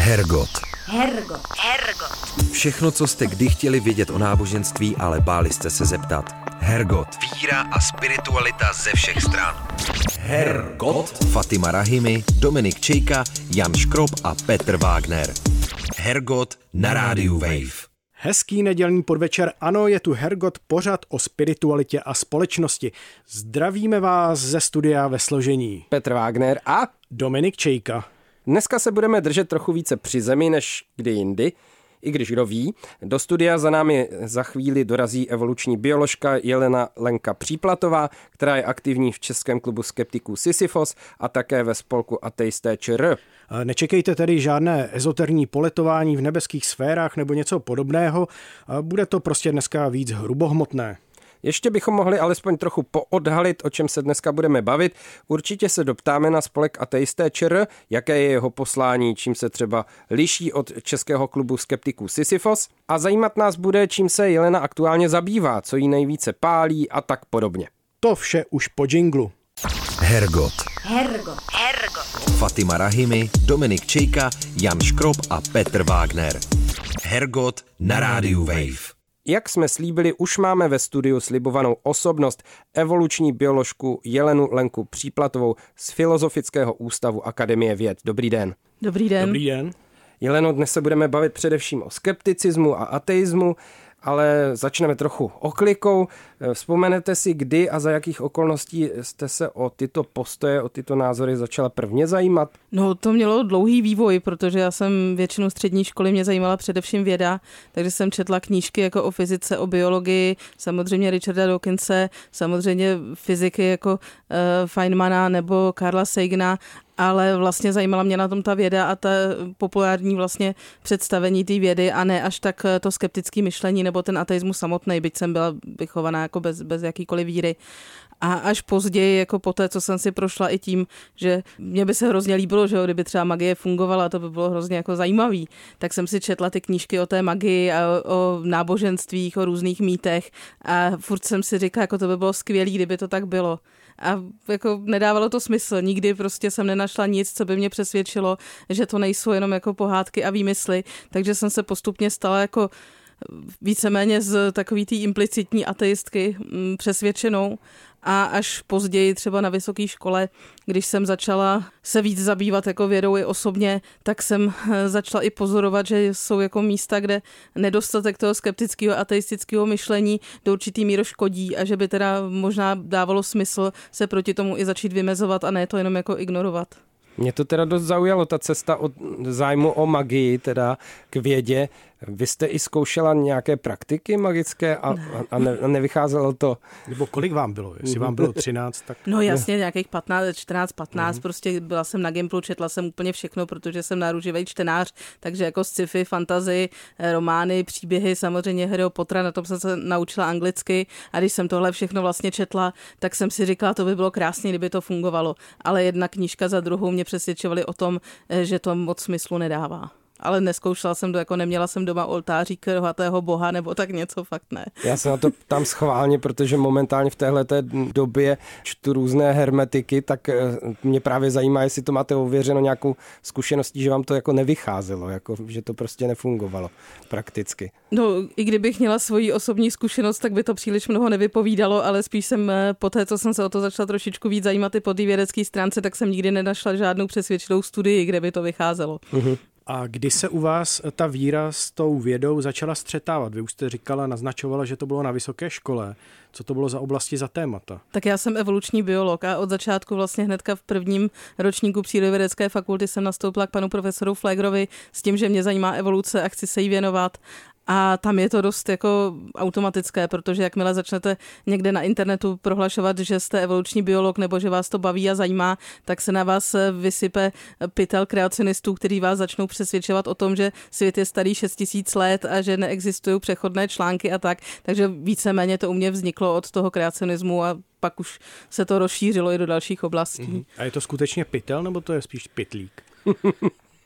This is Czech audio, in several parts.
Hergot. Hergot. Všechno, co jste kdy chtěli vědět o náboženství, ale báli jste se zeptat. Hergot. Víra a spiritualita ze všech stran. Hergot. Fatima Rahimi, Dominik Čejka, Jan Škrob a Petr Wagner. Hergot na rádiu Wave. Hezký nedělní podvečer, ano, je tu Hergot, pořad o spiritualitě a společnosti. Zdravíme vás ze studia ve složení Petr Wagner a Dominik Čejka. Dneska se budeme držet trochu více při zemi než kdy jindy, i když kdo ví. Do studia za námi za chvíli dorazí evoluční bioložka Jelena Lenka Příplatová, která je aktivní v Českém klubu skeptiků Sisyfos a také ve spolku Ateisté ČR. Nečekejte tedy žádné ezoterní poletování v nebeských sférách nebo něco podobného, bude to prostě dneska víc hrubohmotné. Ještě bychom mohli alespoň trochu poodhalit, o čem se dneska budeme bavit. Určitě se doptáme na spolek Ateisté ČR, jaké je jeho poslání, čím se třeba liší od Českého klubu skeptiků Sisyfos. A zajímat nás bude, čím se Jelena aktuálně zabývá, co jí nejvíce pálí a tak podobně. To vše už po džinglu. Hergot. Fatima Rahimi, Dominik Čejka, Jan Škrob a Petr Wagner. Hergot na rádiu Wave. Jak jsme slíbili, už máme ve studiu slibovanou osobnost, evoluční bioložku Jelenu Lenku Příplatovou z Filozofického ústavu Akademie věd. Dobrý den. Dobrý den. Dobrý den. Jeleno, dnes se budeme bavit především o skepticismu a ateismu, ale začneme trochu oklikou. Vzpomenete si, kdy a za jakých okolností jste se o tyto postoje, o tyto názory začala prvně zajímat? No, to mělo dlouhý vývoj, protože já jsem většinu střední školy mě zajímala především věda, takže jsem četla knížky jako o fyzice, o biologii, samozřejmě Richarda Dawkinse, samozřejmě fyziky jako Feynmana nebo Carla Sagana, ale vlastně zajímala mě na tom ta věda a ta populární vlastně představení té vědy a ne až tak to skeptické myšlení nebo ten ateismus samotný, byť jsem byla vychovaná jako bez jakýkoliv víry. A až později, jako poté, co jsem si prošla i tím, že mě by se hrozně líbilo, že kdyby třeba magie fungovala, to by bylo hrozně jako zajímavý, tak jsem si četla ty knížky o té magii a o náboženstvích, o různých mýtech a furt jsem si říkala, jako to by bylo skvělý, kdyby to tak bylo. A jako nedávalo to smysl, nikdy prostě jsem nenašla nic, co by mě přesvědčilo, že to nejsou jenom jako pohádky a výmysly, takže jsem se postupně stala jako víceméně z takový té implicitní ateistky přesvědčenou a až později třeba na vysoké škole, když jsem začala se víc zabývat jako vědou i osobně, tak jsem začala i pozorovat, že jsou jako místa, kde nedostatek toho skeptického ateistického myšlení do určitý míry škodí a že by teda možná dávalo smysl se proti tomu i začít vymezovat a ne to jenom jako ignorovat. Mě to teda dost zaujalo, ta cesta od zájmu o magii, teda k vědě. Vy jste i zkoušela nějaké praktiky magické a nevycházelo to? Nebo kolik vám bylo? Jestli vám bylo 13, tak... No jasně, nějakých 14, 15, prostě byla jsem na Gimplu, četla jsem úplně všechno, protože jsem náruživý čtenář, takže jako sci-fi, fantasy, romány, příběhy, samozřejmě Harryho Pottera, na tom jsem se naučila anglicky a když jsem tohle všechno vlastně četla, tak jsem si říkala, to by bylo krásně, kdyby to fungovalo, ale jedna knížka za druhou mě přesvědčovaly o tom, že to moc smyslu nedává. Ale neskoušela jsem to, jako neměla jsem doma oltářík rohatého boha nebo tak něco, fakt ne. Já se na to ptám schválně, protože momentálně v téhleté době čtu různé hermetiky, tak mě právě zajímá, jestli to máte ověřeno nějakou zkušeností, že vám to jako nevycházelo, jako, že to prostě nefungovalo prakticky. No, i kdybych měla svoji osobní zkušenost, tak by to příliš mnoho nevypovídalo, ale spíš jsem po té, co jsem se o to začala trošičku víc zajímat i po té vědecké stránce, tak jsem nikdy nenašla žádnou přesvědčivou studii, kde by to vycházelo. A kdy se u vás ta víra s tou vědou začala střetávat? Vy už jste naznačovala, že to bylo na vysoké škole. Co to bylo za oblasti, za témata? Tak já jsem evoluční biolog a od začátku vlastně hnedka v prvním ročníku přírodovědecké fakulty jsem nastoupila k panu profesoru Flegrovi s tím, že mě zajímá evoluce a chci se jí věnovat. A tam je to dost jako automatické, protože jakmile začnete někde na internetu prohlašovat, že jste evoluční biolog nebo že vás to baví a zajímá, tak se na vás vysype pytel kreacionistů, kteří vás začnou přesvědčovat o tom, že svět je starý 6000 let a že neexistují přechodné články a tak. Takže víceméně to u mě vzniklo od toho kreacionismu a pak už se to rozšířilo i do dalších oblastí. A je to skutečně pytel nebo to je spíš pytlík?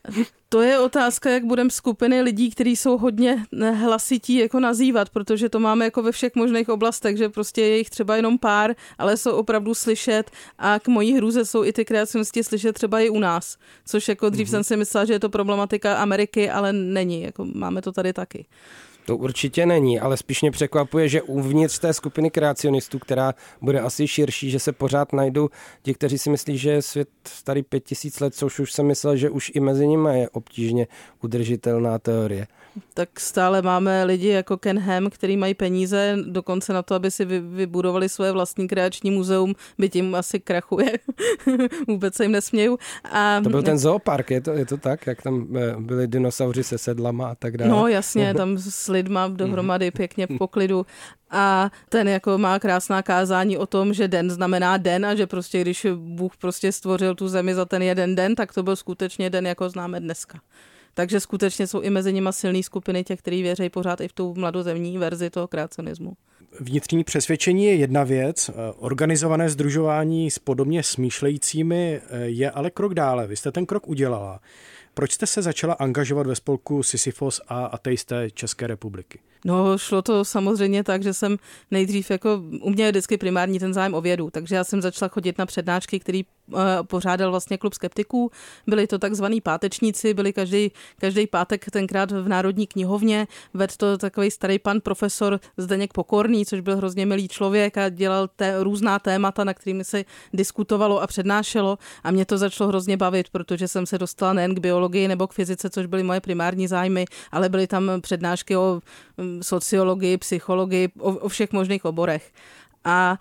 To je otázka, jak budeme skupiny lidí, kteří jsou hodně hlasití, jako nazývat, protože to máme jako ve všech možných oblastech, že prostě je jich třeba jenom pár, ale jsou opravdu slyšet a k mojí hrůze jsou i ty kreacionisti slyšet třeba i u nás, což jako dřív jsem si myslela, že je to problematika Ameriky, ale není, jako máme to tady taky. To určitě není, ale spíš mě překvapuje, že uvnitř té skupiny kreacionistů, která bude asi širší, že se pořád najdou ti, kteří si myslí, že je svět starý 5000 let, což už jsem myslel, že už i mezi nimi je obtížně udržitelná teorie. Tak stále máme lidi jako Ken Ham, který mají peníze dokonce na to, aby si vybudovali svoje vlastní kreační muzeum, byť jim asi krachuje. Vůbec se jim nesměju. A to byl ten zoopark, je to tak, jak tam byli dinosauři se sedlama a tak dále? No jasně, tam s lidma dohromady pěkně v poklidu. A ten jako má krásná kázání o tom, že den znamená den a že prostě když Bůh prostě stvořil tu zemi za ten jeden den, tak to byl skutečně den, jako známe dneska. Takže skutečně jsou i mezi nimi silné skupiny těch, kteří věří pořád i v tu mladozemní verzi toho kreacionismu. Vnitřní přesvědčení je jedna věc, organizované sdružování s podobně smýšlejícími je ale krok dále. Vy jste ten krok udělala. Proč jste se začala angažovat ve spolku Sisyfos a ateisté České republiky? No, šlo to samozřejmě tak, že jsem nejdřív jako, u mě je vždycky primární ten zájem o vědu, takže já jsem začala chodit na přednášky, který pořádal vlastně klub skeptiků. Byli to takzvaný pátečníci, byli každý pátek tenkrát v Národní knihovně, vedl to takový starý pan profesor Zdeněk Pokorný, což byl hrozně milý člověk a dělal různá témata, na kterými se diskutovalo a přednášelo a mě to začalo hrozně bavit, protože jsem se dostala nejen k biologii nebo k fyzice, což byly moje primární zájmy, ale byly tam přednášky o sociologii, psychologii, o všech možných oborech. A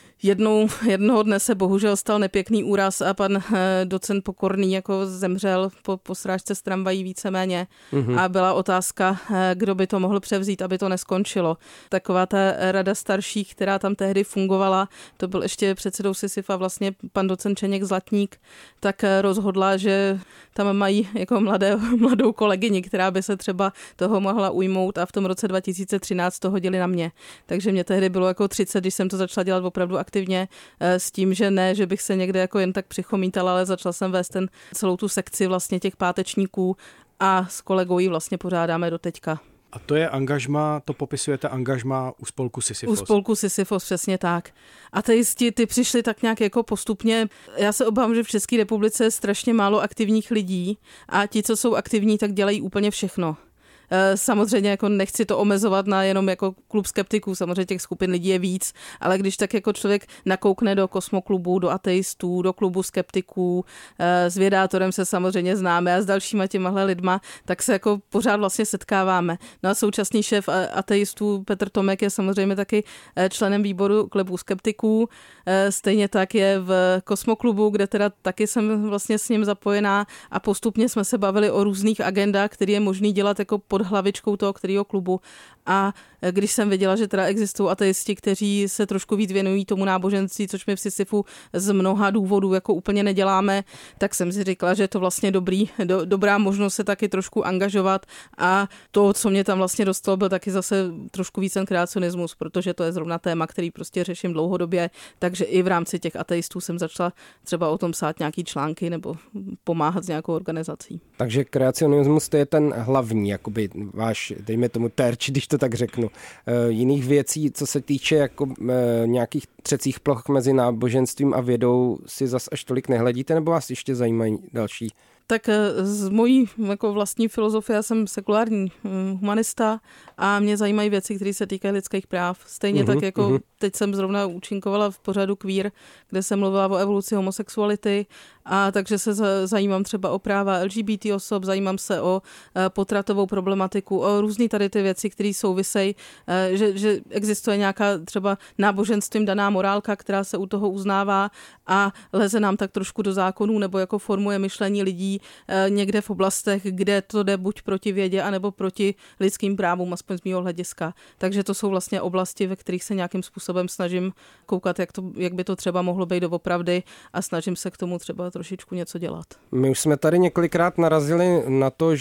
jednoho dne se bohužel stal nepěkný úraz a pan docent Pokorný jako zemřel po srážce s tramvají víceméně a byla otázka, kdo by to mohl převzít, aby to neskončilo. Taková ta rada starších, která tam tehdy fungovala, to byl ještě předsedou Sisyfa vlastně pan docent Čeněk Zlatník, tak rozhodla, že tam mají jako mladou kolegyni, která by se třeba toho mohla ujmout a v tom roce 2013 to hodili na mě. Takže mě tehdy bylo jako 30, když jsem to začala dělat opravdu aktivně s tím, že ne, že bych se někde jako jen tak přichomítala, ale začala jsem vést celou tu sekci vlastně těch pátečníků a s kolegou ji vlastně pořádáme do teďka. A to je angažma, to popisujete angažma u spolku Sisyfos. U spolku Sisyfos, přesně tak. A ty přišli tak nějak jako postupně. Já se obávám, že v České republice je strašně málo aktivních lidí a ti, co jsou aktivní, tak dělají úplně všechno. Samozřejmě jako nechci to omezovat na jenom jako klub skeptiků, samozřejmě těch skupin lidí je víc, ale když tak jako člověk nakoukne do kosmoklubu, do ateistů, do klubu skeptiků, s vědátorem se samozřejmě známe a s dalšíma těmahle lidma, tak se jako pořád vlastně setkáváme. No a současný šéf ateistů Petr Tomek je samozřejmě taky členem výboru klubu skeptiků, stejně tak je v kosmoklubu, kde teda taky jsem vlastně s ním zapojená a postupně jsme se bavili o různých agendách, které je možný dělat jako pod hlavičkou toho kterého klubu. A když jsem viděla, že teda existují ateisti, kteří se trošku víc věnují tomu náboženství, což my v Sisyfu z mnoha důvodů jako úplně neděláme, tak jsem si říkala, že je to vlastně dobrá možnost se taky trošku angažovat a to, co mě tam vlastně dostalo, byl taky zase trošku víc ten kreacionismus, protože to je zrovna téma, který prostě řeším dlouhodobě, takže i v rámci těch ateistů jsem začala třeba o tom psát nějaký články nebo pomáhat s nějakou organizací. Takže kreacionismus to je ten hlavní, jakoby váš, dejme tomu terč, když to tak řeknu. Jiných věcí, co se týče jako nějakých třecích ploch mezi náboženstvím a vědou, si zas až tolik nehledíte, nebo vás ještě zajímají další? Tak z mojí jako vlastní filozofie, já jsem sekulární humanista a mě zajímají věci, které se týkají lidských práv. Stejně tak jako teď jsem zrovna účinkovala v pořadu Queer, kde jsem mluvila o evoluci homosexuality a takže se zajímám třeba o práva LGBT osob, zajímám se o potratovou problematiku, o různý tady ty věci, které souvisejí, že existuje nějaká třeba náboženstvím daná morálka, která se u toho uznává a leze nám tak trošku do zákonů nebo jako formuje myšlení lidí někde v oblastech, kde to jde buď proti vědě, anebo proti lidským právům, aspoň z mýho hlediska. Takže to jsou vlastně oblasti, ve kterých se nějakým způsobem snažím koukat, jak by to třeba mohlo být doopravdy a snažím se k tomu třeba trošičku něco dělat. My už jsme tady několikrát narazili na to, že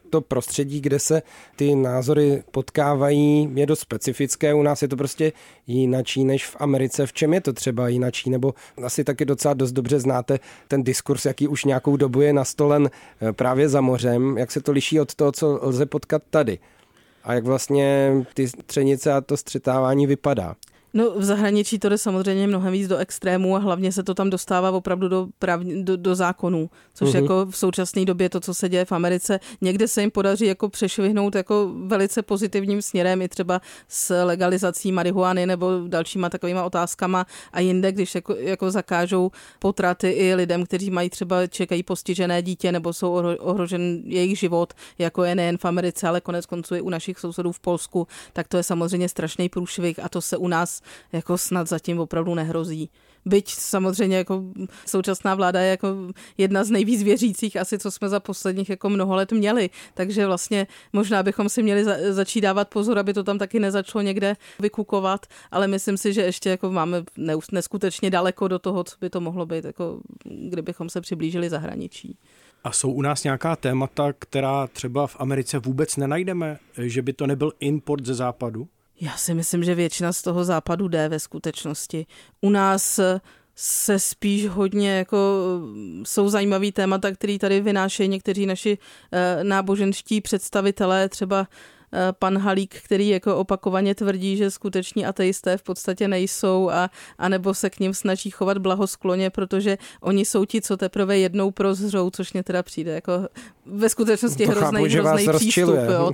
to prostředí, kde se ty názory potkávají, je dost specifické. U nás je to prostě jinačí než v Americe. V čem je to třeba jinačí? Nebo asi taky docela dost dobře znáte ten diskurs, jaký už nějakou dobu je nastolen právě za mořem. Jak se to liší od toho, co lze potkat tady? A jak vlastně ty třenice a to střetávání vypadá? No v zahraničí to jde samozřejmě mnohem víc do extrémů a hlavně se to tam dostává opravdu do zákonů, což jako v současné době to, co se děje v Americe, někde se jim podaří jako přešvihnout jako velice pozitivním směrem i třeba s legalizací marihuany nebo dalšíma takovýma otázkama a jinde, když jako zakážou potraty i lidem, kteří mají třeba čekají postižené dítě nebo jsou ohrožen jejich život, jako je nejen v Americe, ale konec konců i u našich sousedů v Polsku, tak to je samozřejmě strašný průšvih a to se u nás jako snad zatím opravdu nehrozí. Byť samozřejmě jako současná vláda je jako jedna z nejvíc věřících asi, co jsme za posledních jako mnoho let měli. Takže vlastně možná bychom si měli začít dávat pozor, aby to tam taky nezačalo někde vykukovat, ale myslím si, že ještě jako máme neskutečně daleko do toho, co by to mohlo být, jako kdybychom se přiblížili zahraničí. A jsou u nás nějaká témata, která třeba v Americe vůbec nenajdeme, že by to nebyl import ze západu? Já si myslím, že většina z toho západu jde ve skutečnosti. U nás se spíš hodně jako jsou zajímavý témata, který tady vynášejí někteří naši náboženští představitelé, třeba pan Halík, který jako opakovaně tvrdí, že skuteční ateisté v podstatě nejsou a nebo se k nim snaží chovat blahoskloně, protože oni jsou ti, co teprve jednou prozřou, což mě teda přijde jako ve skutečnosti hrozný přístup. Jo.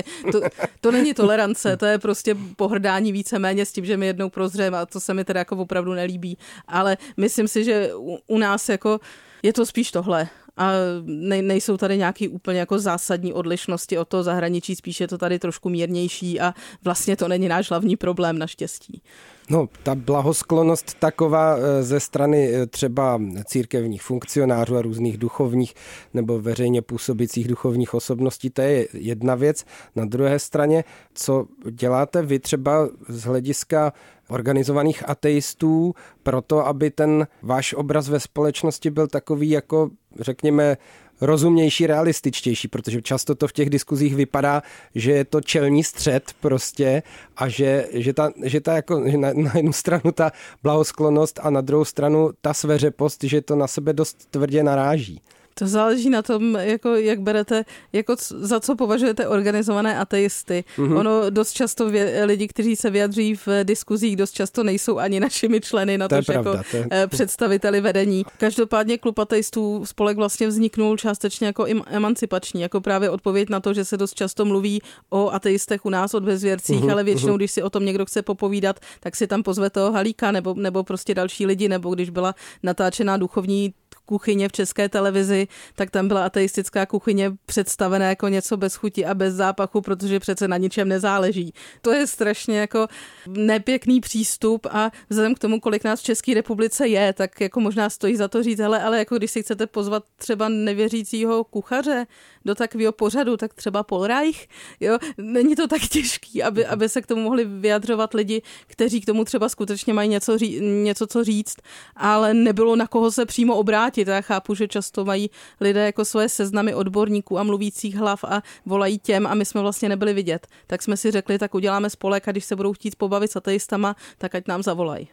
To není tolerance, to je prostě pohrdání víceméně s tím, že my jednou prozřeme a to se mi teda jako opravdu nelíbí. Ale myslím si, že u nás jako je to spíš tohle. A nejsou tady nějaký úplně jako zásadní odlišnosti od toho zahraničí, spíš je to tady trošku mírnější a vlastně to není náš hlavní problém, naštěstí. No, ta blahosklonost taková ze strany třeba církevních funkcionářů a různých duchovních nebo veřejně působících duchovních osobností, to je jedna věc. Na druhé straně, co děláte vy třeba z hlediska organizovaných ateistů proto, aby ten váš obraz ve společnosti byl takový jako, řekněme, rozumnější, realističtější, protože často to v těch diskuzích vypadá, že je to čelní střet prostě a že ta jako na jednu stranu ta blahosklonost a na druhou stranu ta sveřepost, že to na sebe dost tvrdě naráží. To záleží na tom, jako, jak berete, jako za co považujete organizované ateisty. Ono dost často lidi, kteří se vyjadří v diskuzích, dost často nejsou ani našimi členy, na to jako představiteli vedení. Každopádně klub ateistů spolek vlastně vzniknul částečně jako emancipační, jako právě odpověď na to, že se dost často mluví o ateistech u nás od bezvěrcích, ale většinou, když si o tom někdo chce popovídat, tak si tam pozve toho Halíka nebo prostě další lidi, nebo když byla natáčená duchovní kuchyně v České televizi, tak tam byla ateistická kuchyně představená jako něco bez chuti a bez zápachu, protože přece na ničem nezáleží. To je strašně jako nepěkný přístup a vzhledem k tomu, kolik nás v České republice je, tak jako možná stojí za to říct, ale jako když si chcete pozvat třeba nevěřícího kuchaře do takového pořadu, tak třeba Paul Reich, jo, není to tak těžký, aby se k tomu mohli vyjadřovat lidi, kteří k tomu třeba skutečně mají něco co říct, ale nebylo na koho se přímo obrátit. Já chápu, že často mají lidé jako svoje seznamy odborníků a mluvících hlav a volají těm a my jsme vlastně nebyli vidět. Tak jsme si řekli, tak uděláme spolek a když se budou chtít pobavit s ateistama, tak ať nám zavolají.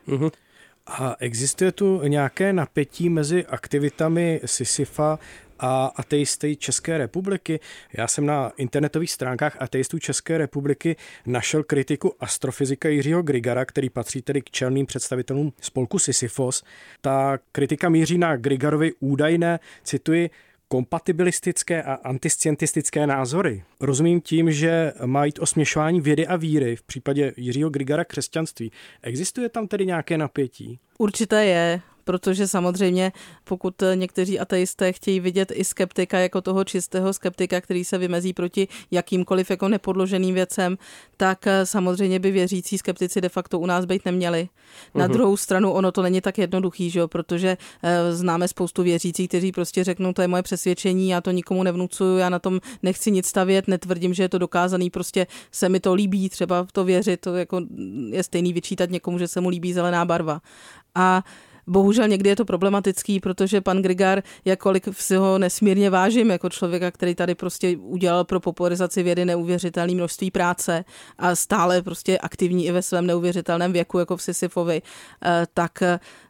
A existuje tu nějaké napětí mezi aktivitami Sisyfa a ateisty České republiky? Já jsem na internetových stránkách ateistů České republiky našel kritiku astrofyzika Jiřího Grigara, který patří tedy k čelným představitelům spolku Sisyfos. Ta kritika míří na Grigarovy údajné, cituji, kompatibilistické a antiscientistické názory. Rozumím tím, že má jít o směšování vědy a víry, v případě Jiřího Grigara křesťanství. Existuje tam tedy nějaké napětí? Určitě je, protože samozřejmě pokud někteří ateisté chtějí vidět i skeptika jako toho čistého skeptika, který se vymezí proti jakýmkoliv jako nepodloženým věcem, tak samozřejmě by věřící skeptici de facto u nás být neměli. Na druhou stranu ono to není tak jednoduchý, že jo? Protože známe spoustu věřících, kteří prostě řeknou, to je moje přesvědčení, já to nikomu nevnucuju, já na tom nechci nic stavět, netvrdím, že je to dokázaný, prostě se mi to líbí, třeba v to věřit, to jako je stejný vyčítat někomu, že se mu líbí zelená barva. A Bohužel někdy je to problematický, protože pan Grygár, jakkoliv si ho nesmírně vážím jako člověka, který tady prostě udělal pro popularizaci vědy neuvěřitelné množství práce a stále prostě aktivní i ve svém neuvěřitelném věku, jako v Sisyfovi, tak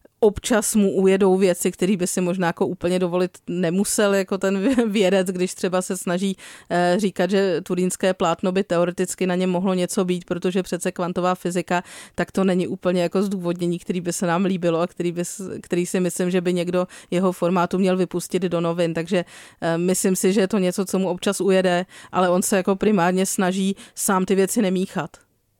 občas mu ujedou věci, které by si možná jako úplně dovolit nemusel jako ten vědec, když třeba se snaží říkat, že turínské plátno by teoreticky na něm mohlo něco být, protože přece kvantová fyzika, tak to není úplně jako zdůvodnění, který by se nám líbilo a který si myslím, že by někdo jeho formátu měl vypustit do novin, takže myslím si, že je to něco, co mu občas ujede, ale on se jako primárně snaží sám ty věci nemíchat.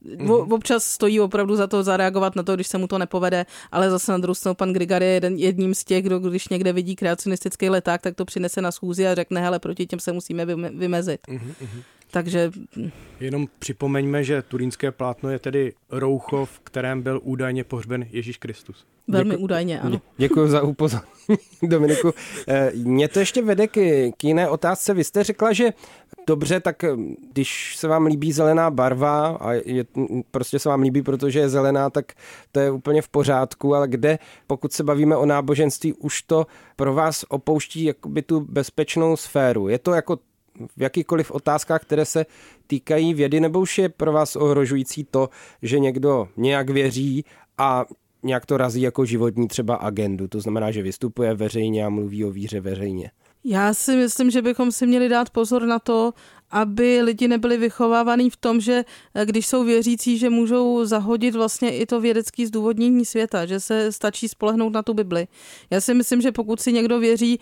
Občas stojí opravdu za to zareagovat na to, když se mu to nepovede, ale zase na druhou stranu pan Grygár je jedním z těch, kdo když někde vidí kreacionistický leták, tak to přinese na schůzi a řekne, hele, proti těm se musíme vymezit. Takže... Jenom připomeňme, že turínské plátno je tedy roucho, v kterém byl údajně pohřben Ježíš Kristus. Velmi údajně, ano. Děkuji za upozornění, Dominiku. Mě to ještě vede k jiné otázce. Vy jste řekla, že dobře, tak když se vám líbí zelená barva a prostě se vám líbí, protože je zelená, tak to je úplně v pořádku, ale kde, pokud se bavíme o náboženství, už to pro vás opouští jakoby tu bezpečnou sféru. Je to jako v jakýchkoliv otázkách, které se týkají vědy, nebo už je pro vás ohrožující to, že někdo nějak věří a nějak to razí jako životní třeba agendu, to znamená, že vystupuje veřejně a mluví o víře veřejně? Já si myslím, že bychom si měli dát pozor na to, aby lidi nebyli vychovávaní v tom, že když jsou věřící, že můžou zahodit vlastně i to vědecké zdůvodnění světa, že se stačí spolehnout na tu Bibli. Já si myslím, že pokud si někdo věří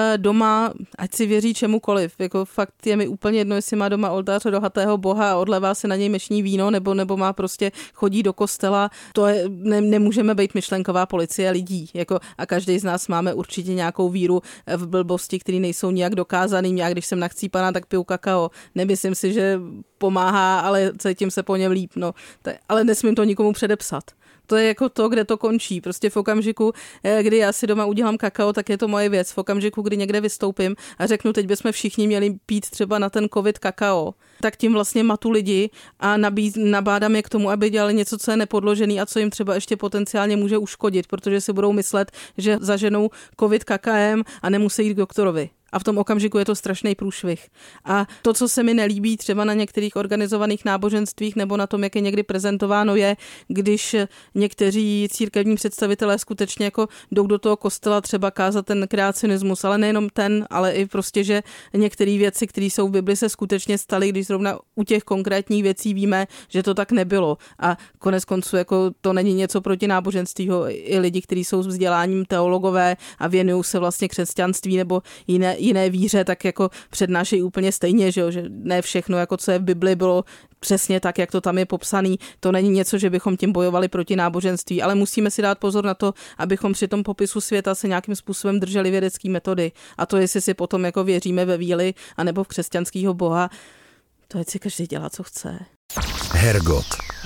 doma, ať si věří čemukoliv, jako fakt je mi úplně jedno, jestli má doma oltář rohatého boha a odlevá se na něj mešní víno, nebo má prostě chodí do kostela, to je, nemůžeme být myšlenková policie lidí, jako a každý z nás máme určitě nějakou víru v blbosti, které nejsou nijak dokázaný. Já když jsem nachcípaná, tak piju kakao. Nemyslím si, že pomáhá, ale cítím se po něm líp. No. Ale nesmím to nikomu předepsat. To je jako to, kde to končí. Prostě v okamžiku, kdy já si doma udělám kakao, tak je to moje věc. V okamžiku, kdy někde vystoupím a řeknu, teď bychom všichni měli pít třeba na ten covid kakao, tak tím vlastně matu lidi a nabádám je k tomu, aby dělali něco, co je nepodložený a co jim třeba ještě potenciálně může uškodit, protože si budou myslet, že zaženou covid kakaem a nemusí jít k doktorovi. A v tom okamžiku je to strašný průšvih. A to, co se mi nelíbí třeba na některých organizovaných náboženstvích nebo na tom, jak je někdy prezentováno, je, když někteří církevní představitelé skutečně jako jdou do toho kostela třeba kázat ten kreacionismus, ale nejenom ten, ale i prostě, že některé věci, které jsou v Bibli, se skutečně staly, když zrovna u těch konkrétních věcí víme, že to tak nebylo. A konec konců jako to není něco proti náboženství, i lidi, kteří jsou s vzděláním teologové a věnují se vlastně křesťanství nebo jiné víře, tak jako přednášejí úplně stejně, že ne všechno, jako co je v Bibli, bylo přesně tak, jak to tam je popsaný. To není něco, že bychom tím bojovali proti náboženství, ale musíme si dát pozor na to, abychom při tom popisu světa se nějakým způsobem drželi vědecké metody. A to, jestli si potom jako věříme ve víly anebo v křesťanského boha, to je si každý dělá, co chce. Hergot.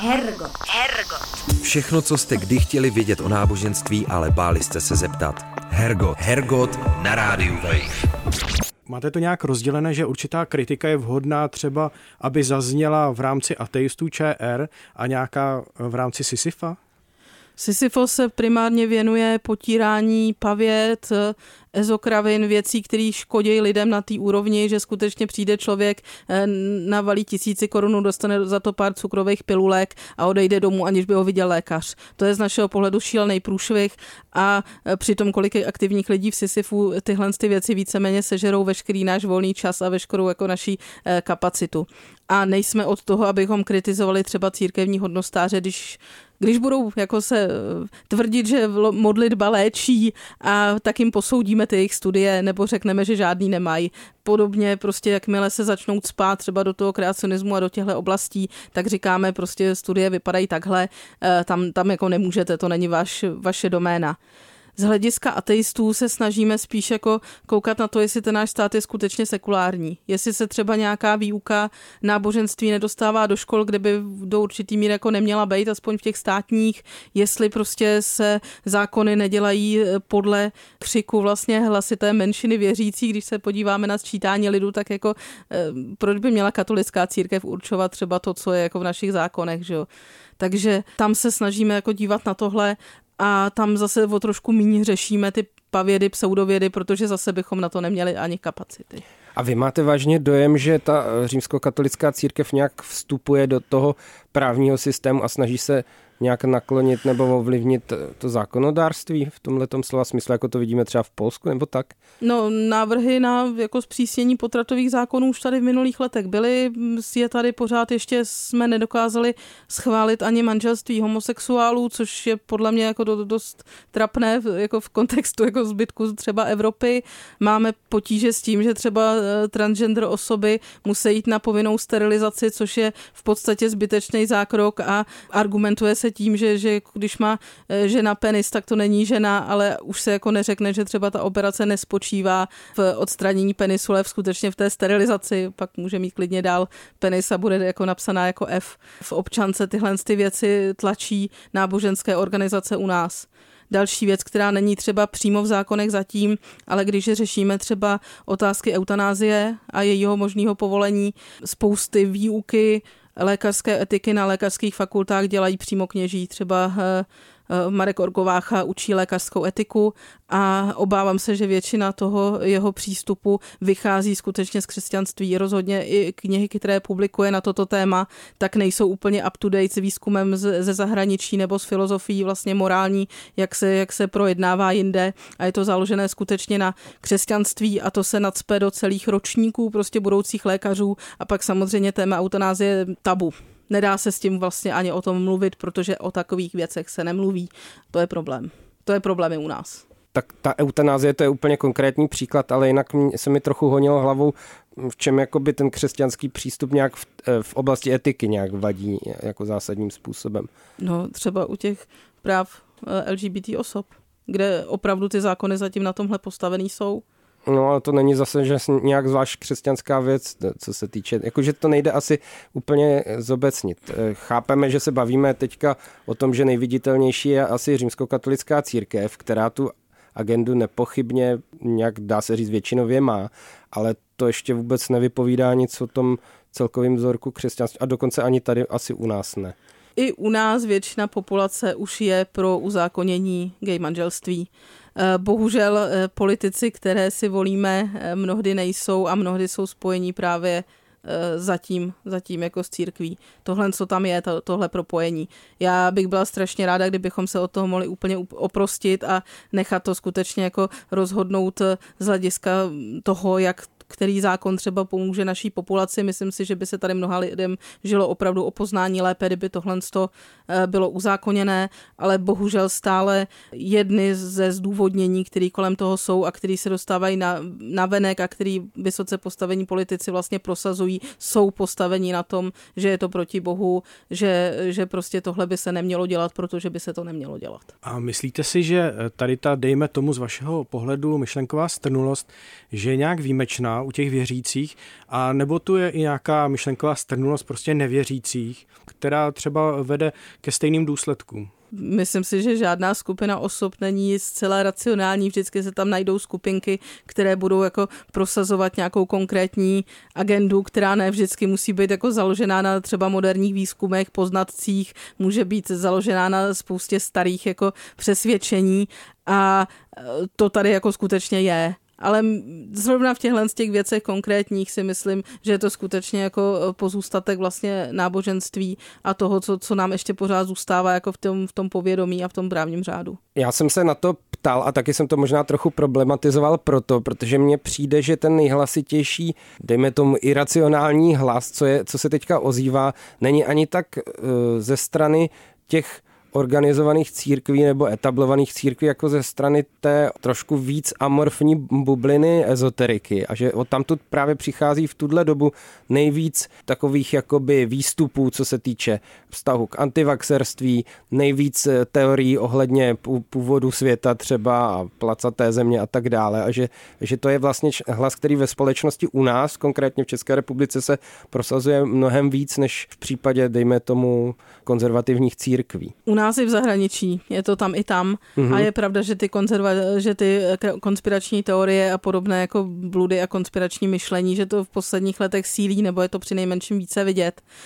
Všechno, co jste kdy chtěli vědět o náboženství, ale báli jste se zeptat. Hergot na rádiu Wave. Máte to nějak rozdělené, že určitá kritika je vhodná třeba, aby zazněla v rámci ateistů ČR a nějaká v rámci Sisyfa? Sisyfos se primárně věnuje potírání pavět, ezokravin, věcí, které škodí lidem na té úrovni, že skutečně přijde člověk, navalí 1000 korun, dostane za to pár cukrových pilulek a odejde domů, aniž by ho viděl lékař. To je z našeho pohledu šílený průšvih a přitom kolik aktivních lidí v Sisyfu tyhle ty věci víceméně sežerou veškerý náš volný čas a veškerou jako naší kapacitu. A nejsme od toho, abychom kritizovali třeba církevní hodnostáře, když budou jako se tvrdit, že modlitba léčí a tak jim posoudíme ty jejich studie nebo řekneme, že žádný nemají. Podobně prostě jakmile se začnou cpát třeba do toho kreacionismu a do těchto oblastí, tak říkáme prostě studie vypadají takhle, tam jako nemůžete, to není vaše doména. Z hlediska ateistů se snažíme spíš jako koukat na to, jestli ten náš stát je skutečně sekulární. Jestli se třeba nějaká výuka náboženství nedostává do škol, kde by do určitý míry jako neměla být, aspoň v těch státních, jestli prostě se zákony nedělají podle křiku vlastně hlasité menšiny věřící. Když se podíváme na sčítání lidu, tak jako proč by měla katolická církev určovat třeba to, co je jako v našich zákonech, že jo? Takže tam se snažíme jako dívat na tohle a tam zase o trošku méně řešíme ty pavědy, pseudovědy, protože zase bychom na to neměli ani kapacity. A vy máte vážně dojem, že ta římskokatolická církev nějak vstupuje do toho právního systému a snaží se nějak naklonit nebo ovlivnit to zákonodárství v tomhletom slova smyslu, jako to vidíme třeba v Polsku, nebo tak? No, návrhy na jako zpřísnění potratových zákonů už tady v minulých letech byly. Je tady pořád ještě jsme nedokázali schválit ani manželství homosexuálů, což je podle mě jako dost trapné jako v kontextu jako zbytku třeba Evropy. Máme potíže s tím, že třeba transgender osoby musí jít na povinnou sterilizaci, což je v podstatě zbytečný zákrok a argumentuje se tím, že když má žena penis, tak to není žena, ale už se jako neřekne, že třeba ta operace nespočívá v odstranění penisu, ale skutečně v té sterilizaci, pak může mít klidně dál penis a bude jako napsaná jako F. V občance tyhle ty věci tlačí náboženské organizace u nás. Další věc, která není třeba přímo v zákonech zatím, ale když řešíme třeba otázky eutanázie a jejího možného povolení, spousty výuky lékařské etiky na lékařských fakultách dělají přímo kněží, třeba Marek Orgovácha učí lékařskou etiku a obávám se, že většina toho jeho přístupu vychází skutečně z křesťanství. Rozhodně i knihy, které publikuje na toto téma, tak nejsou úplně up to date s výzkumem ze zahraničí nebo s filozofií vlastně morální, jak se projednává jinde a je to založené skutečně na křesťanství a to se nacpe do celých ročníků prostě budoucích lékařů a pak samozřejmě téma eutanázie je tabu. Nedá se s tím vlastně ani o tom mluvit, protože o takových věcech se nemluví. To je problém. To je problém i u nás. Tak ta eutanázie, to je úplně konkrétní příklad, ale jinak se mi trochu honilo hlavou, v čem jakoby ten křesťanský přístup nějak v oblasti etiky nějak vadí jako zásadním způsobem. No třeba u těch práv LGBT osob, kde opravdu ty zákony zatím na tomhle postavený jsou. No ale to není zase, že nějak zvlášť křesťanská věc, co se týče, jakože to nejde asi úplně zobecnit. Chápeme, že se bavíme teďka o tom, že nejviditelnější je asi římskokatolická církev, která tu agendu nepochybně nějak, dá se říct, většinově má, ale to ještě vůbec nevypovídá nic o tom celkovým vzorku křesťanství a dokonce ani tady asi u nás ne. I u nás většina populace už je pro uzákonění gay manželství. Bohužel politici, které si volíme, mnohdy nejsou a mnohdy jsou spojení právě zatím jako s církví. Tohle, co tam je, tohle propojení. Já bych byla strašně ráda, kdybychom se od toho mohli úplně oprostit a nechat to skutečně jako rozhodnout z hlediska toho, který zákon třeba pomůže naší populaci. Myslím si, že by se tady mnoha lidem žilo opravdu o poznání lépe, kdyby tohle bylo uzákoněné, ale bohužel stále jedny ze zdůvodnění, které kolem toho jsou a který se dostávají na venek a který vysoce postavení politici vlastně prosazují, jsou postavení na tom, že je to proti Bohu, že prostě tohle by se nemělo dělat, protože by se to nemělo dělat. A myslíte si, že tady ta, dejme tomu z vašeho pohledu, myšlenková strnulost, že je nějak výjimečná u těch věřících, a nebo tu je i nějaká myšlenková strnulost prostě nevěřících, která třeba vede ke stejným důsledkům? Myslím si, že žádná skupina osob není zcela racionální. Vždycky se tam najdou skupinky, které budou jako prosazovat nějakou konkrétní agendu, která ne vždycky musí být jako založená na třeba moderních výzkumech, poznatcích, může být založená na spoustě starých jako přesvědčení a to tady jako skutečně je. Ale zrovna v těch věcech konkrétních si myslím, že je to skutečně jako pozůstatek vlastně náboženství a toho, co nám ještě pořád zůstává jako v tom povědomí a v tom právním řádu. Já jsem se na to ptal a taky jsem to možná trochu problematizoval protože mně přijde, že ten nejhlasitější, dejme tomu iracionální hlas, co se teďka ozývá, není ani tak ze strany těch organizovaných církví nebo etablovaných církví jako ze strany té trošku víc amorfní bubliny ezoteriky a že odtamtud právě přichází v tuhle dobu nejvíc takových jakoby výstupů, co se týče vztahu k antivaxerství, nejvíc teorií ohledně původu světa třeba a placaté země a tak dále a že to je vlastně hlas, který ve společnosti u nás, konkrétně v České republice, se prosazuje mnohem víc než v případě, dejme tomu, konzervativních církví. U nás i v zahraničí, je to tam i tam a je pravda, že ty konspirační teorie a podobné jako bludy a konspirační myšlení, že to v posledních letech sílí, nebo je to přinejmenším více vidět.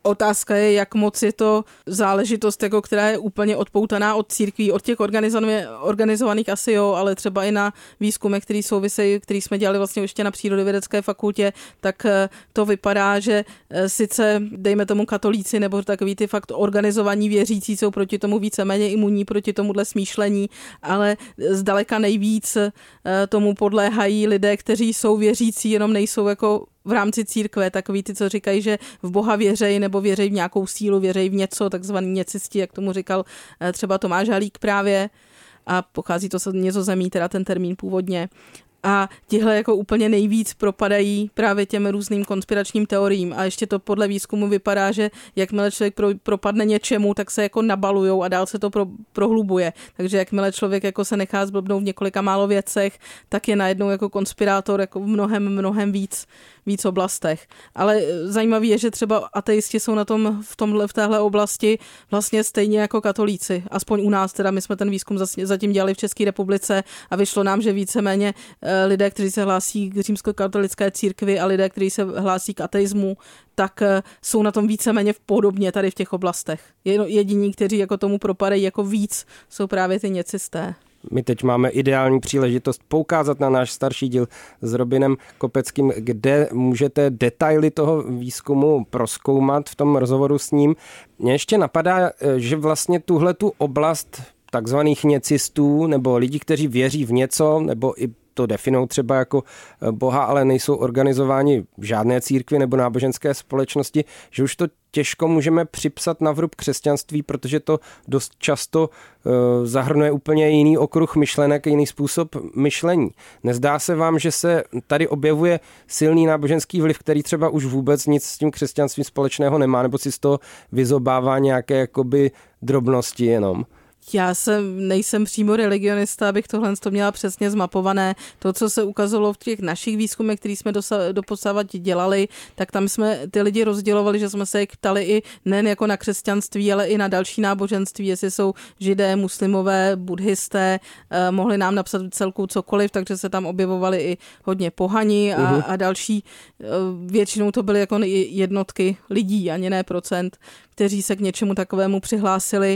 Otázka je, jak moc je to záležitost, jako která je úplně odpoutaná od církví, od těch organizovaných asi jo, ale třeba i na výzkumy, který souvisejí, který jsme dělali vlastně ještě na Přírodovědecké fakultě, tak to vypadá, že sice, dejme tomu katolíci nebo takový ty fakt organizovaní věřící jsou proti tomu víceméně imunní, proti tomuhle smýšlení, ale zdaleka nejvíc tomu podléhají lidé, kteří jsou věřící, jenom nejsou jako v rámci církve, takový ty, co říkají, že v Boha věřej nebo věřej v nějakou sílu, věřej v něco, takzvaný něcisti, jak tomu říkal třeba Tomáš Halík právě, a pochází to z Nizozemí, teda ten termín původně. A tihle jako úplně nejvíc propadají právě těm různým konspiračním teoriím. A ještě to podle výzkumu vypadá, že jakmile člověk propadne něčemu, tak se jako nabalujou a dál se to prohlubuje. Takže jakmile člověk jako se nechá zblbnout v několika málo věcech, tak je najednou jako konspirátor jako v mnohem víc oblastech. Ale zajímavé je, že třeba ateisti jsou na tom v téhle oblasti vlastně stejně jako katolíci. Aspoň u nás, teda my jsme ten výzkum zatím dělali v České republice a vyšlo nám, že víceméně lidé, kteří se hlásí k římskokatolické církvi a lidé, kteří se hlásí k ateismu, tak jsou na tom víceméně podobně tady v těch oblastech. Jediní, kteří jako tomu propadají jako víc, jsou právě ty něcisté. My teď máme ideální příležitost poukázat na náš starší díl s Robinem Kopeckým, kde můžete detaily toho výzkumu prozkoumat v tom rozhovoru s ním. Mně ještě napadá, že vlastně tuhletu oblast takzvaných něcistů nebo lidí, kteří věří v něco, nebo i to definují třeba jako Boha, ale nejsou organizováni v žádné církvi nebo náboženské společnosti, že už to těžko můžeme připsat na vrub křesťanství, protože to dost často zahrnuje úplně jiný okruh myšlenek, jiný způsob myšlení. Nezdá se vám, že se tady objevuje silný náboženský vliv, který třeba už vůbec nic s tím křesťanstvím společného nemá, nebo si z toho vyzobává nějaké jakoby drobnosti jenom? Já nejsem přímo religionista, abych tohle měla přesně zmapované. To, co se ukazalo v těch našich výzkumech, který jsme doposavat dělali, tak tam jsme ty lidi rozdělovali, že jsme se jich ptali i nejen jako na křesťanství, ale i na další náboženství, jestli jsou židé, muslimové, buddhisté, mohli nám napsat celku cokoliv, takže se tam objevovali i hodně pohani a další. Většinou to byly jako jednotky lidí, ani ne procent, kteří se k něčemu takovému přihlásili.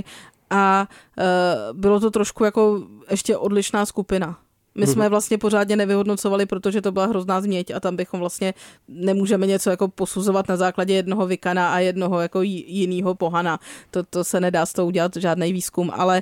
A bylo to trošku jako ještě odlišná skupina. My jsme vlastně pořádně nevyhodnocovali, protože to byla hrozná změť a tam bychom vlastně nemůžeme něco jako posuzovat na základě jednoho vikana a jednoho jako jinýho pohana. To se nedá s toho udělat žádný výzkum, ale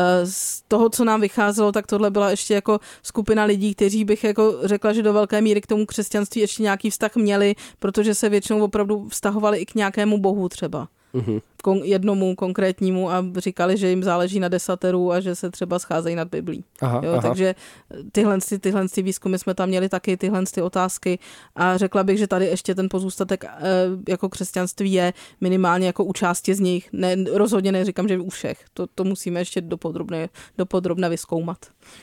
z toho, co nám vycházelo, tak tohle byla ještě jako skupina lidí, kteří bych jako řekla, že do velké míry k tomu křesťanství ještě nějaký vztah měli, protože se většinou opravdu vztahovali i k nějakému bohu třeba. Jednomu konkrétnímu a říkali, že jim záleží na desateru a že se třeba scházejí nad Biblí. Aha. Takže tyhle výzkumy jsme tam měli taky, tyhle otázky a řekla bych, že tady ještě ten pozůstatek jako křesťanství je minimálně jako u části z nich. Rozhodně neříkám, že u všech. To musíme ještě dopodrobně vyzkoumat.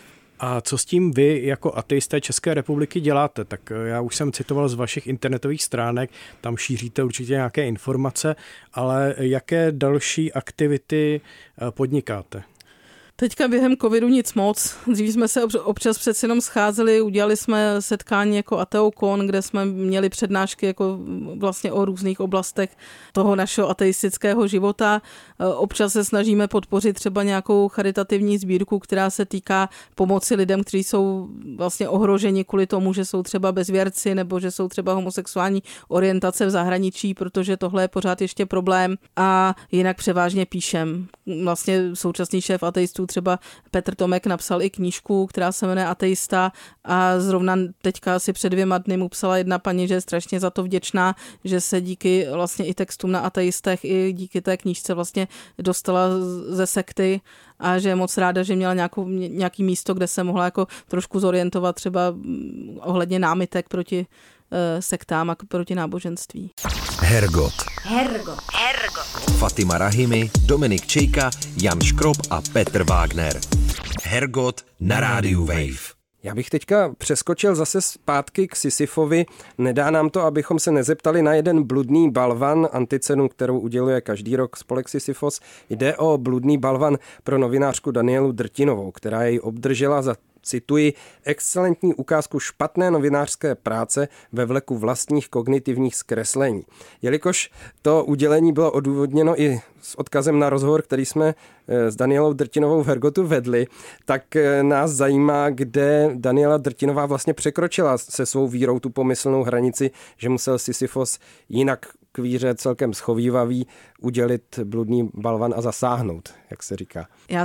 A co s tím vy jako ateisté České republiky děláte? Tak já už jsem citoval z vašich internetových stránek, tam šíříte určitě nějaké informace, ale jaké další aktivity podnikáte? Teďka během covidu nic moc. Dřív jsme se občas přeci jenom scházeli, udělali jsme setkání jako AteoCon, kde jsme měli přednášky jako vlastně o různých oblastech toho našeho ateistického života. Občas se snažíme podpořit třeba nějakou charitativní sbírku, která se týká pomoci lidem, kteří jsou vlastně ohroženi kvůli tomu, že jsou třeba bezvěrci nebo že jsou třeba homosexuální orientace v zahraničí, protože tohle je pořád ještě problém. A jinak převážně píšem. Vlastně současný šéf ateistů třeba Petr Tomek napsal i knížku, která se jmenuje Ateista a zrovna teďka asi před 2 dny mu psala jedna paní, že je strašně za to vděčná, že se díky vlastně i textům na ateistech i díky té knížce vlastně dostala ze sekty a že je moc ráda, že měla nějaký místo, kde se mohla jako trošku zorientovat třeba ohledně námitek proti sektám a proti náboženství. Hergot. Fatima Rahimi, Dominik Čejka, Jan Škrob a Petr Wagner. Hergot na rádiu Wave. Já bych teďka přeskočil zase zpátky k Sisyfovi. Nedá nám to, abychom se nezeptali na jeden bludný balvan, anticenu, kterou uděluje každý rok spolek Sisyfos. Jde o bludný balvan pro novinářku Danielu Drtinovou, která jej obdržela za cituji, excelentní ukázku špatné novinářské práce ve vleku vlastních kognitivních zkreslení. Jelikož to udělení bylo odůvodněno i s odkazem na rozhovor, který jsme s Danielou Drtinovou v Hergotu vedli, tak nás zajímá, kde Daniela Drtinová vlastně překročila se svou vírou tu pomyslnou hranici, že musel Sisyfos jinak k víře celkem schovívavý udělit bludný balvan a zasáhnout, jak se říká.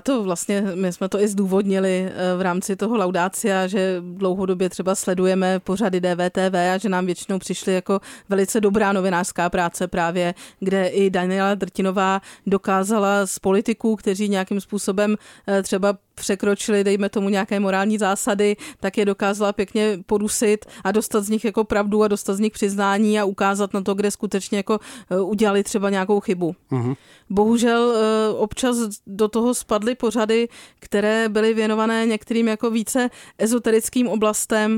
My jsme to i zdůvodnili v rámci toho laudácia, že dlouhodobě třeba sledujeme pořady DVTV a že nám většinou přišly jako velice dobrá novinářská práce právě, kde i Daniela Drtinová dokázala z politiků, kteří nějakým způsobem třeba překročili, dejme tomu, nějaké morální zásady, tak je dokázala pěkně podusit a dostat z nich jako pravdu a dostat z nich přiznání a ukázat na to, kde skutečně jako udělali třeba nějakou chybu. Mm-hmm. Bohužel občas do toho spadly pořady, které byly věnované některým jako více ezoterickým oblastem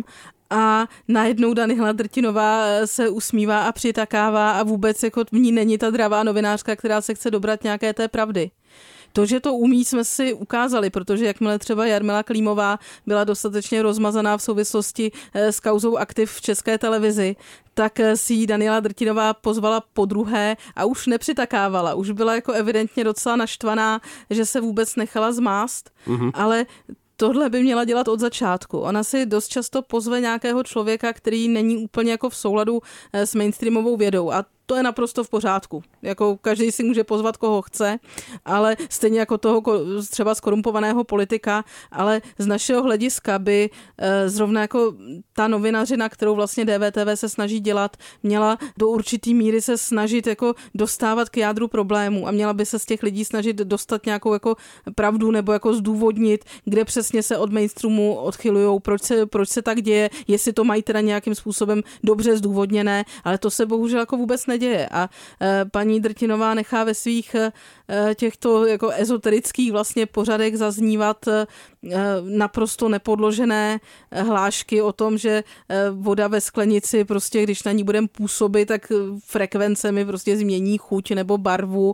a najednou Daniela Drtinová se usmívá a přitakává a vůbec jako v ní není ta dravá novinářka, která se chce dobrat nějaké té pravdy. To, že to umí, jsme si ukázali, protože jakmile třeba Jarmila Klímová byla dostatečně rozmazaná v souvislosti s kauzou aktiv v České televizi, tak si ji Daniela Drtinová pozvala podruhé a už nepřitakávala. Už byla jako evidentně docela naštvaná, že se vůbec nechala zmást, ale tohle by měla dělat od začátku. Ona si dost často pozve nějakého člověka, který není úplně jako v souladu s mainstreamovou vědou a to je naprosto v pořádku. Jako každý si může pozvat, koho chce, ale stejně jako toho třeba skorumpovaného politika, ale z našeho hlediska by zrovna jako ta novinařina, kterou vlastně DVTV se snaží dělat, měla do určitý míry se snažit jako dostávat k jádru problému a měla by se z těch lidí snažit dostat nějakou jako pravdu nebo jako zdůvodnit, kde přesně se od mainstreamu odchylujou, proč se tak děje, jestli to mají teda nějakým způsobem dobře zdůvodněné, ale to se bohužel jako vůbec neděje a paní Drtinová nechá ve svých těchto jako ezoterických vlastně pořadech zaznívat naprosto nepodložené hlášky o tom, že voda ve sklenici prostě, když na ní budeme působit, tak frekvence mi prostě změní chuť nebo barvu,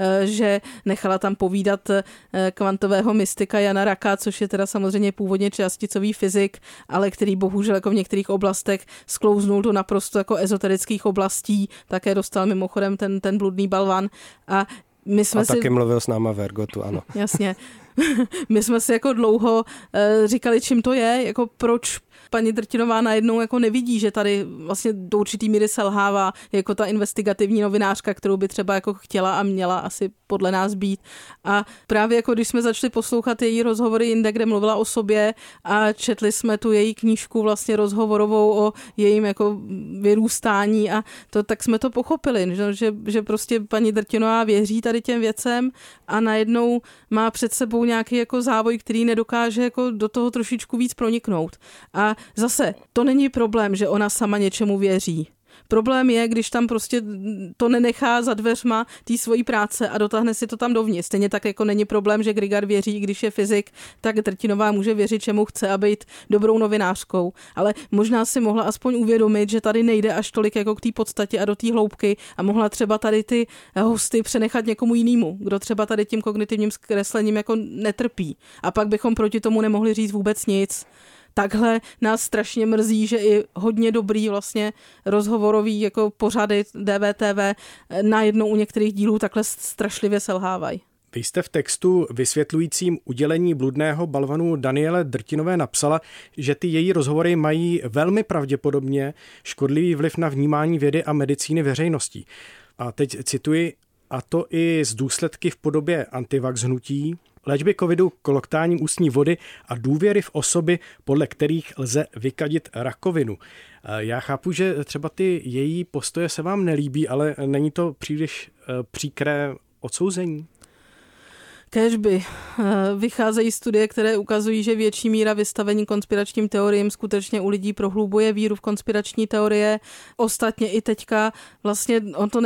že nechala tam povídat kvantového mystika Jana Raka, což je teda samozřejmě původně částicový fyzik, ale který bohužel jako v některých oblastech sklouznul do naprosto jako ezoterických oblastí, také dostal mimochodem ten bludný balvan a my jsme taky mluvil s náma v Hergotu, ano. Jasně. My jsme si jako dlouho říkali, čím to je, jako proč paní Drtinová najednou jako nevidí, že tady vlastně do určitý míry selhává jako ta investigativní novinářka, kterou by třeba jako chtěla a měla asi podle nás být. A právě jako když jsme začali poslouchat její rozhovory jinde, kde mluvila o sobě a četli jsme tu její knížku vlastně rozhovorovou o jejím jako vyrůstání a to, tak jsme to pochopili, že prostě paní Drtinová věří tady těm věcem a najednou má před sebou nějaký jako závoj, který nedokáže jako do toho trošičku víc proniknout. A zase, to není problém, že ona sama něčemu věří. Problém je, když tam prostě to nenechá za dveřma té svojí práce a dotáhne si to tam dovnitř. Stejně tak jako není problém, že Grigard věří, když je fyzik, tak Drtinová může věřit, čemu chce a být dobrou novinářkou. Ale možná si mohla aspoň uvědomit, že tady nejde až tolik jako k té podstatě a do té hloubky a mohla třeba tady ty hosty přenechat někomu jinému, kdo třeba tady tím kognitivním zkreslením jako netrpí. A pak bychom proti tomu nemohli říct vůbec nic. Takhle nás strašně mrzí, že i hodně dobrý vlastně rozhovorový jako pořady DVTV najednou u některých dílů takhle strašlivě selhávají. Vy jste v textu vysvětlujícím udělení bludného balvanu Daniele Drtinové napsala, že ty její rozhovory mají velmi pravděpodobně škodlivý vliv na vnímání vědy a medicíny veřejností. A teď cituji, a to i z důsledky v podobě antivax hnutí, léčby covidu koloktáním ústní vody a důvěry v osoby, podle kterých lze vykadit rakovinu. Já chápu, že třeba ty její postoje se vám nelíbí, ale není to příliš příkré odsouzení? Kéžby. Vycházejí studie, které ukazují, že větší míra vystavení konspiračním teoriím skutečně u lidí prohlubuje víru v konspirační teorie. Ostatně i teďka vlastně on to není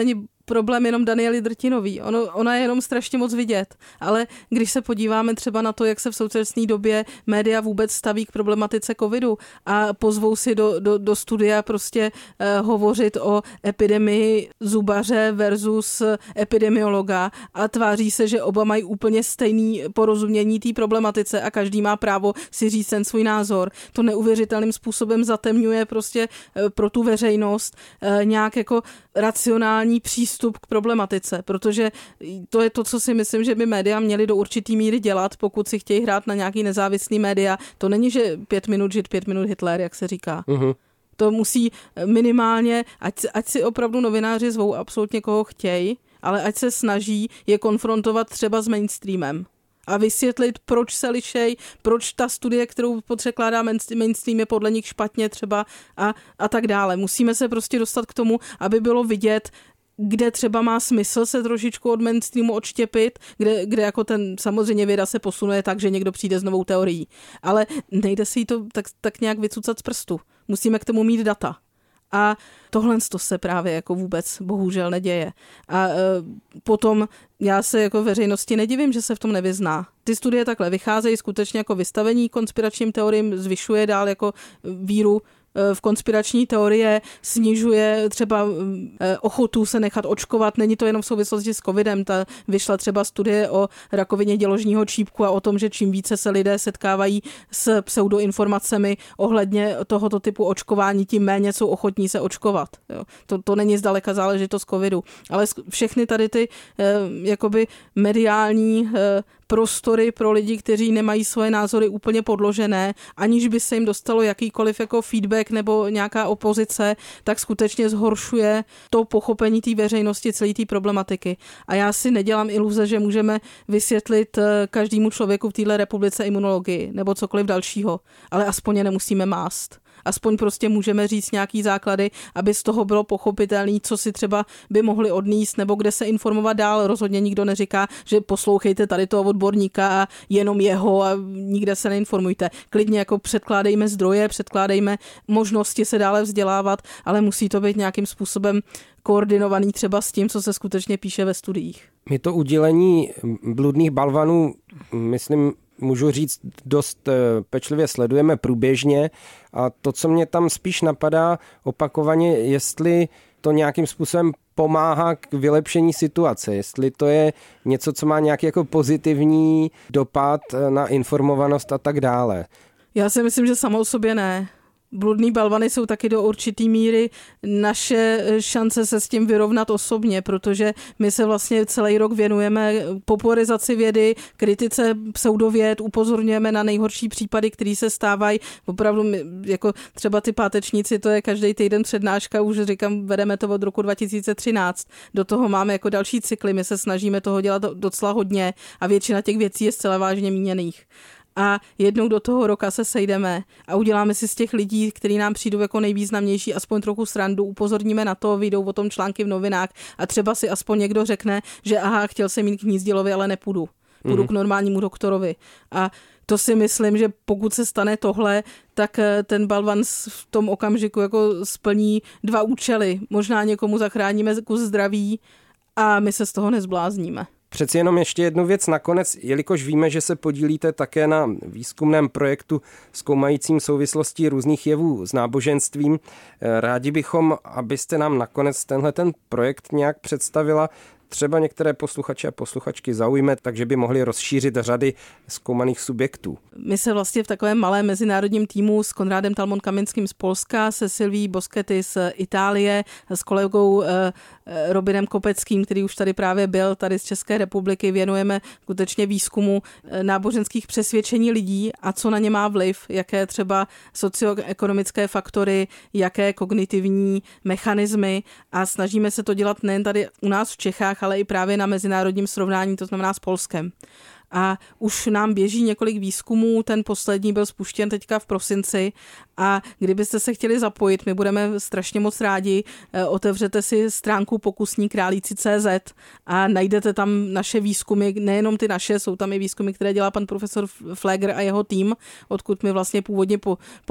problém jenom Daniely Drtinový. Ona je jenom strašně moc vidět. Ale když se podíváme třeba na to, jak se v současné době média vůbec staví k problematice covidu a pozvou si do studia prostě hovořit o epidemii zubaře versus epidemiologa a tváří se, že oba mají úplně stejný porozumění té problematice a každý má právo si říct ten svůj názor. To neuvěřitelným způsobem zatemňuje prostě pro tu veřejnost nějak jako racionální přístup k problematice, protože to je to, co si myslím, že by média měly do určitý míry dělat, pokud si chtějí hrát na nějaký nezávislý média. To není, že 5 minut žid, 5 minut Hitler, jak se říká. Uh-huh. To musí minimálně, ať si opravdu novináři zvou absolutně koho chtějí, ale ať se snaží je konfrontovat třeba s mainstreamem a vysvětlit, proč se lišej, proč ta studie, kterou překládá mainstream, je podle nich špatně třeba a tak dále. Musíme se prostě dostat k tomu, aby bylo vidět, kde třeba má smysl se trošičku od mainstreamu odštěpit, kde jako ten samozřejmě věda se posunuje tak, že někdo přijde s novou teorií. Ale nejde si jí to tak nějak vycucat z prstu. Musíme k tomu mít data. A tohle se právě jako vůbec bohužel neděje. A potom já se jako veřejnosti nedivím, že se v tom nevyzná. Ty studie takhle vycházejí skutečně jako vystavení konspiračním teoriím, zvyšuje dál jako víru v konspirační teorie, snižuje třeba ochotu se nechat očkovat. Není to jenom v souvislosti s covidem. Vyšla třeba studie o rakovině děložního čípku a o tom, že čím více se lidé setkávají s pseudoinformacemi ohledně tohoto typu očkování, tím méně jsou ochotní se očkovat. Jo. To není zdaleka záležitost covidu. Ale všechny tady ty jakoby mediální prostory pro lidi, kteří nemají svoje názory úplně podložené, aniž by se jim dostalo jakýkoliv jako feedback nebo nějaká opozice, tak skutečně zhoršuje to pochopení té veřejnosti celé té problematiky. A já si nedělám iluze, že můžeme vysvětlit každému člověku v této republice imunologii nebo cokoliv dalšího, ale aspoň je nemusíme mást. Aspoň prostě můžeme říct nějaký základy, aby z toho bylo pochopitelný, co si třeba by mohli odníst, nebo kde se informovat dál. Rozhodně nikdo neříká, že poslouchejte tady toho odborníka a jenom jeho a nikde se neinformujte. Klidně jako předkládejme zdroje, předkládejme možnosti se dále vzdělávat, ale musí to být nějakým způsobem koordinovaný třeba s tím, co se skutečně píše ve studiích. My to udělení bludných balvanů, myslím, můžu říct, dost pečlivě sledujeme průběžně a to, co mě tam spíš napadá opakovaně, jestli to nějakým způsobem pomáhá k vylepšení situace, jestli to je něco, co má nějaký jako pozitivní dopad na informovanost a tak dále. Já si myslím, že samo o sobě ne. Bludný balvany jsou taky do určitý míry naše šance se s tím vyrovnat osobně, protože my se vlastně celý rok věnujeme popularizaci vědy, kritice pseudověd, upozorňujeme na nejhorší případy, které se stávají. Opravdu jako třeba ty pátečníci, to je každý týden přednáška, už říkám, vedeme to od roku 2013. Do toho máme jako další cykly, my se snažíme toho dělat docela hodně a většina těch věcí je zcela vážně míněných. A jednou do toho roka se sejdeme a uděláme si z těch lidí, kteří nám přijdou jako nejvýznamnější, aspoň trochu srandu, upozorníme na to, vyjdou o tom články v novinách a třeba si aspoň někdo řekne, že aha, chtěl jsem jít k Hnízdilovi, ale nepůjdu. Půjdu k normálnímu doktorovi. A to si myslím, že pokud se stane tohle, tak ten balvan v tom okamžiku jako splní 2 účely. Možná někomu zachráníme kus zdraví a my se z toho nezblázníme. Přeci jenom ještě jednu věc nakonec, jelikož víme, že se podílíte také na výzkumném projektu zkoumajícím souvislosti různých jevů s náboženstvím. Rádi bychom, abyste nám nakonec ten projekt nějak představila. Třeba některé posluchače a posluchačky zaujme, takže by mohli rozšířit řady zkoumaných subjektů. My se vlastně v takovém malém mezinárodním týmu s Konrádem Talmon-Kaminským z Polska, se Silví Boschetti z Itálie, s kolegou Robinem Kopeckým, který už tady právě byl, tady z České republiky, věnujeme skutečně výzkumu náboženských přesvědčení lidí a co na ně má vliv, jaké třeba socioekonomické faktory, jaké kognitivní mechanismy a snažíme se to dělat nejen tady u nás v Čechách, ale i právě na mezinárodním srovnání, to znamená s Polskem. A už nám běží několik výzkumů, ten poslední byl spuštěn teďka v prosinci a kdybyste se chtěli zapojit, my budeme strašně moc rádi, otevřete si stránku pokusníkrálíci.cz a najdete tam naše výzkumy, nejenom ty naše, jsou tam i výzkumy, které dělá pan profesor Pfleger a jeho tým, odkud my vlastně původně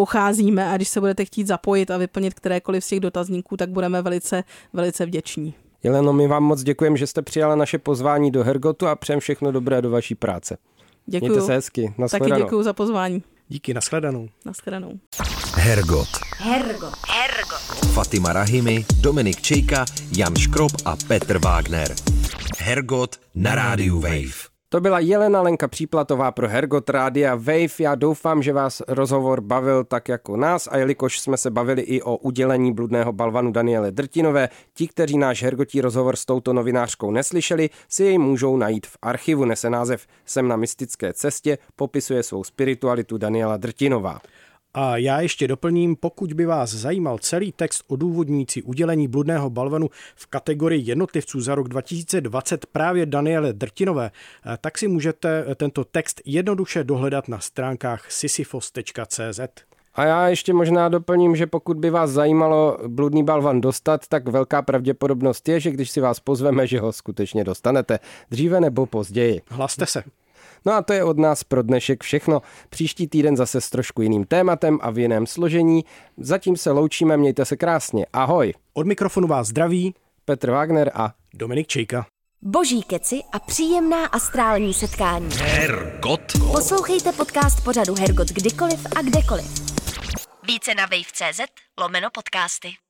pocházíme a když se budete chtít zapojit a vyplnit kterékoliv z těch dotazníků, tak budeme velice, velice vděční. Jeleno, my vám moc děkujeme, že jste přijala naše pozvání do Hergotu a přejem všechno dobré do vaší práce. Děkuju. Mějte se hezky. Taky děkuju za pozvání. Díky, nashledanou. Nashledanou. Hergot. Fatima Rahimi, Dominik Čejka, Jan Škrob a Petr Wagner. Hergot na rádiu Wave. To byla Jelena Lenka Příplatová pro Hergot Rádia Wave. Já doufám, že vás rozhovor bavil tak jako nás, a jelikož jsme se bavili i o udělení bludného balvanu Daniele Drtinové, ti, kteří náš hergotí rozhovor s touto novinářkou neslyšeli, si jej můžou najít v archivu. Nese název Jsem na mystické cestě, popisuje svou spiritualitu Daniela Drtinová. A já ještě doplním, pokud by vás zajímal celý text odůvodňující udělení bludného balvanu v kategorii jednotlivců za rok 2020 právě Daniele Drtinové, tak si můžete tento text jednoduše dohledat na stránkách sisyphos.cz. A já ještě možná doplním, že pokud by vás zajímalo bludný balvan dostat, tak velká pravděpodobnost je, že když si vás pozveme, že ho skutečně dostanete. Dříve nebo později. Hlaste se. No a to je od nás pro dnešek všechno. Příští týden zase s trošku jiným tématem a v jiném složení. Zatím se loučíme, mějte se krásně. Ahoj. Od mikrofonu vás zdraví Petr Wagner a Dominik Čejka. Boží keci a příjemná astrální setkání. Hergot. Poslouchejte podcast pořadu Hergot kdykoliv a kdekoliv. Více na wave.cz/podcasty.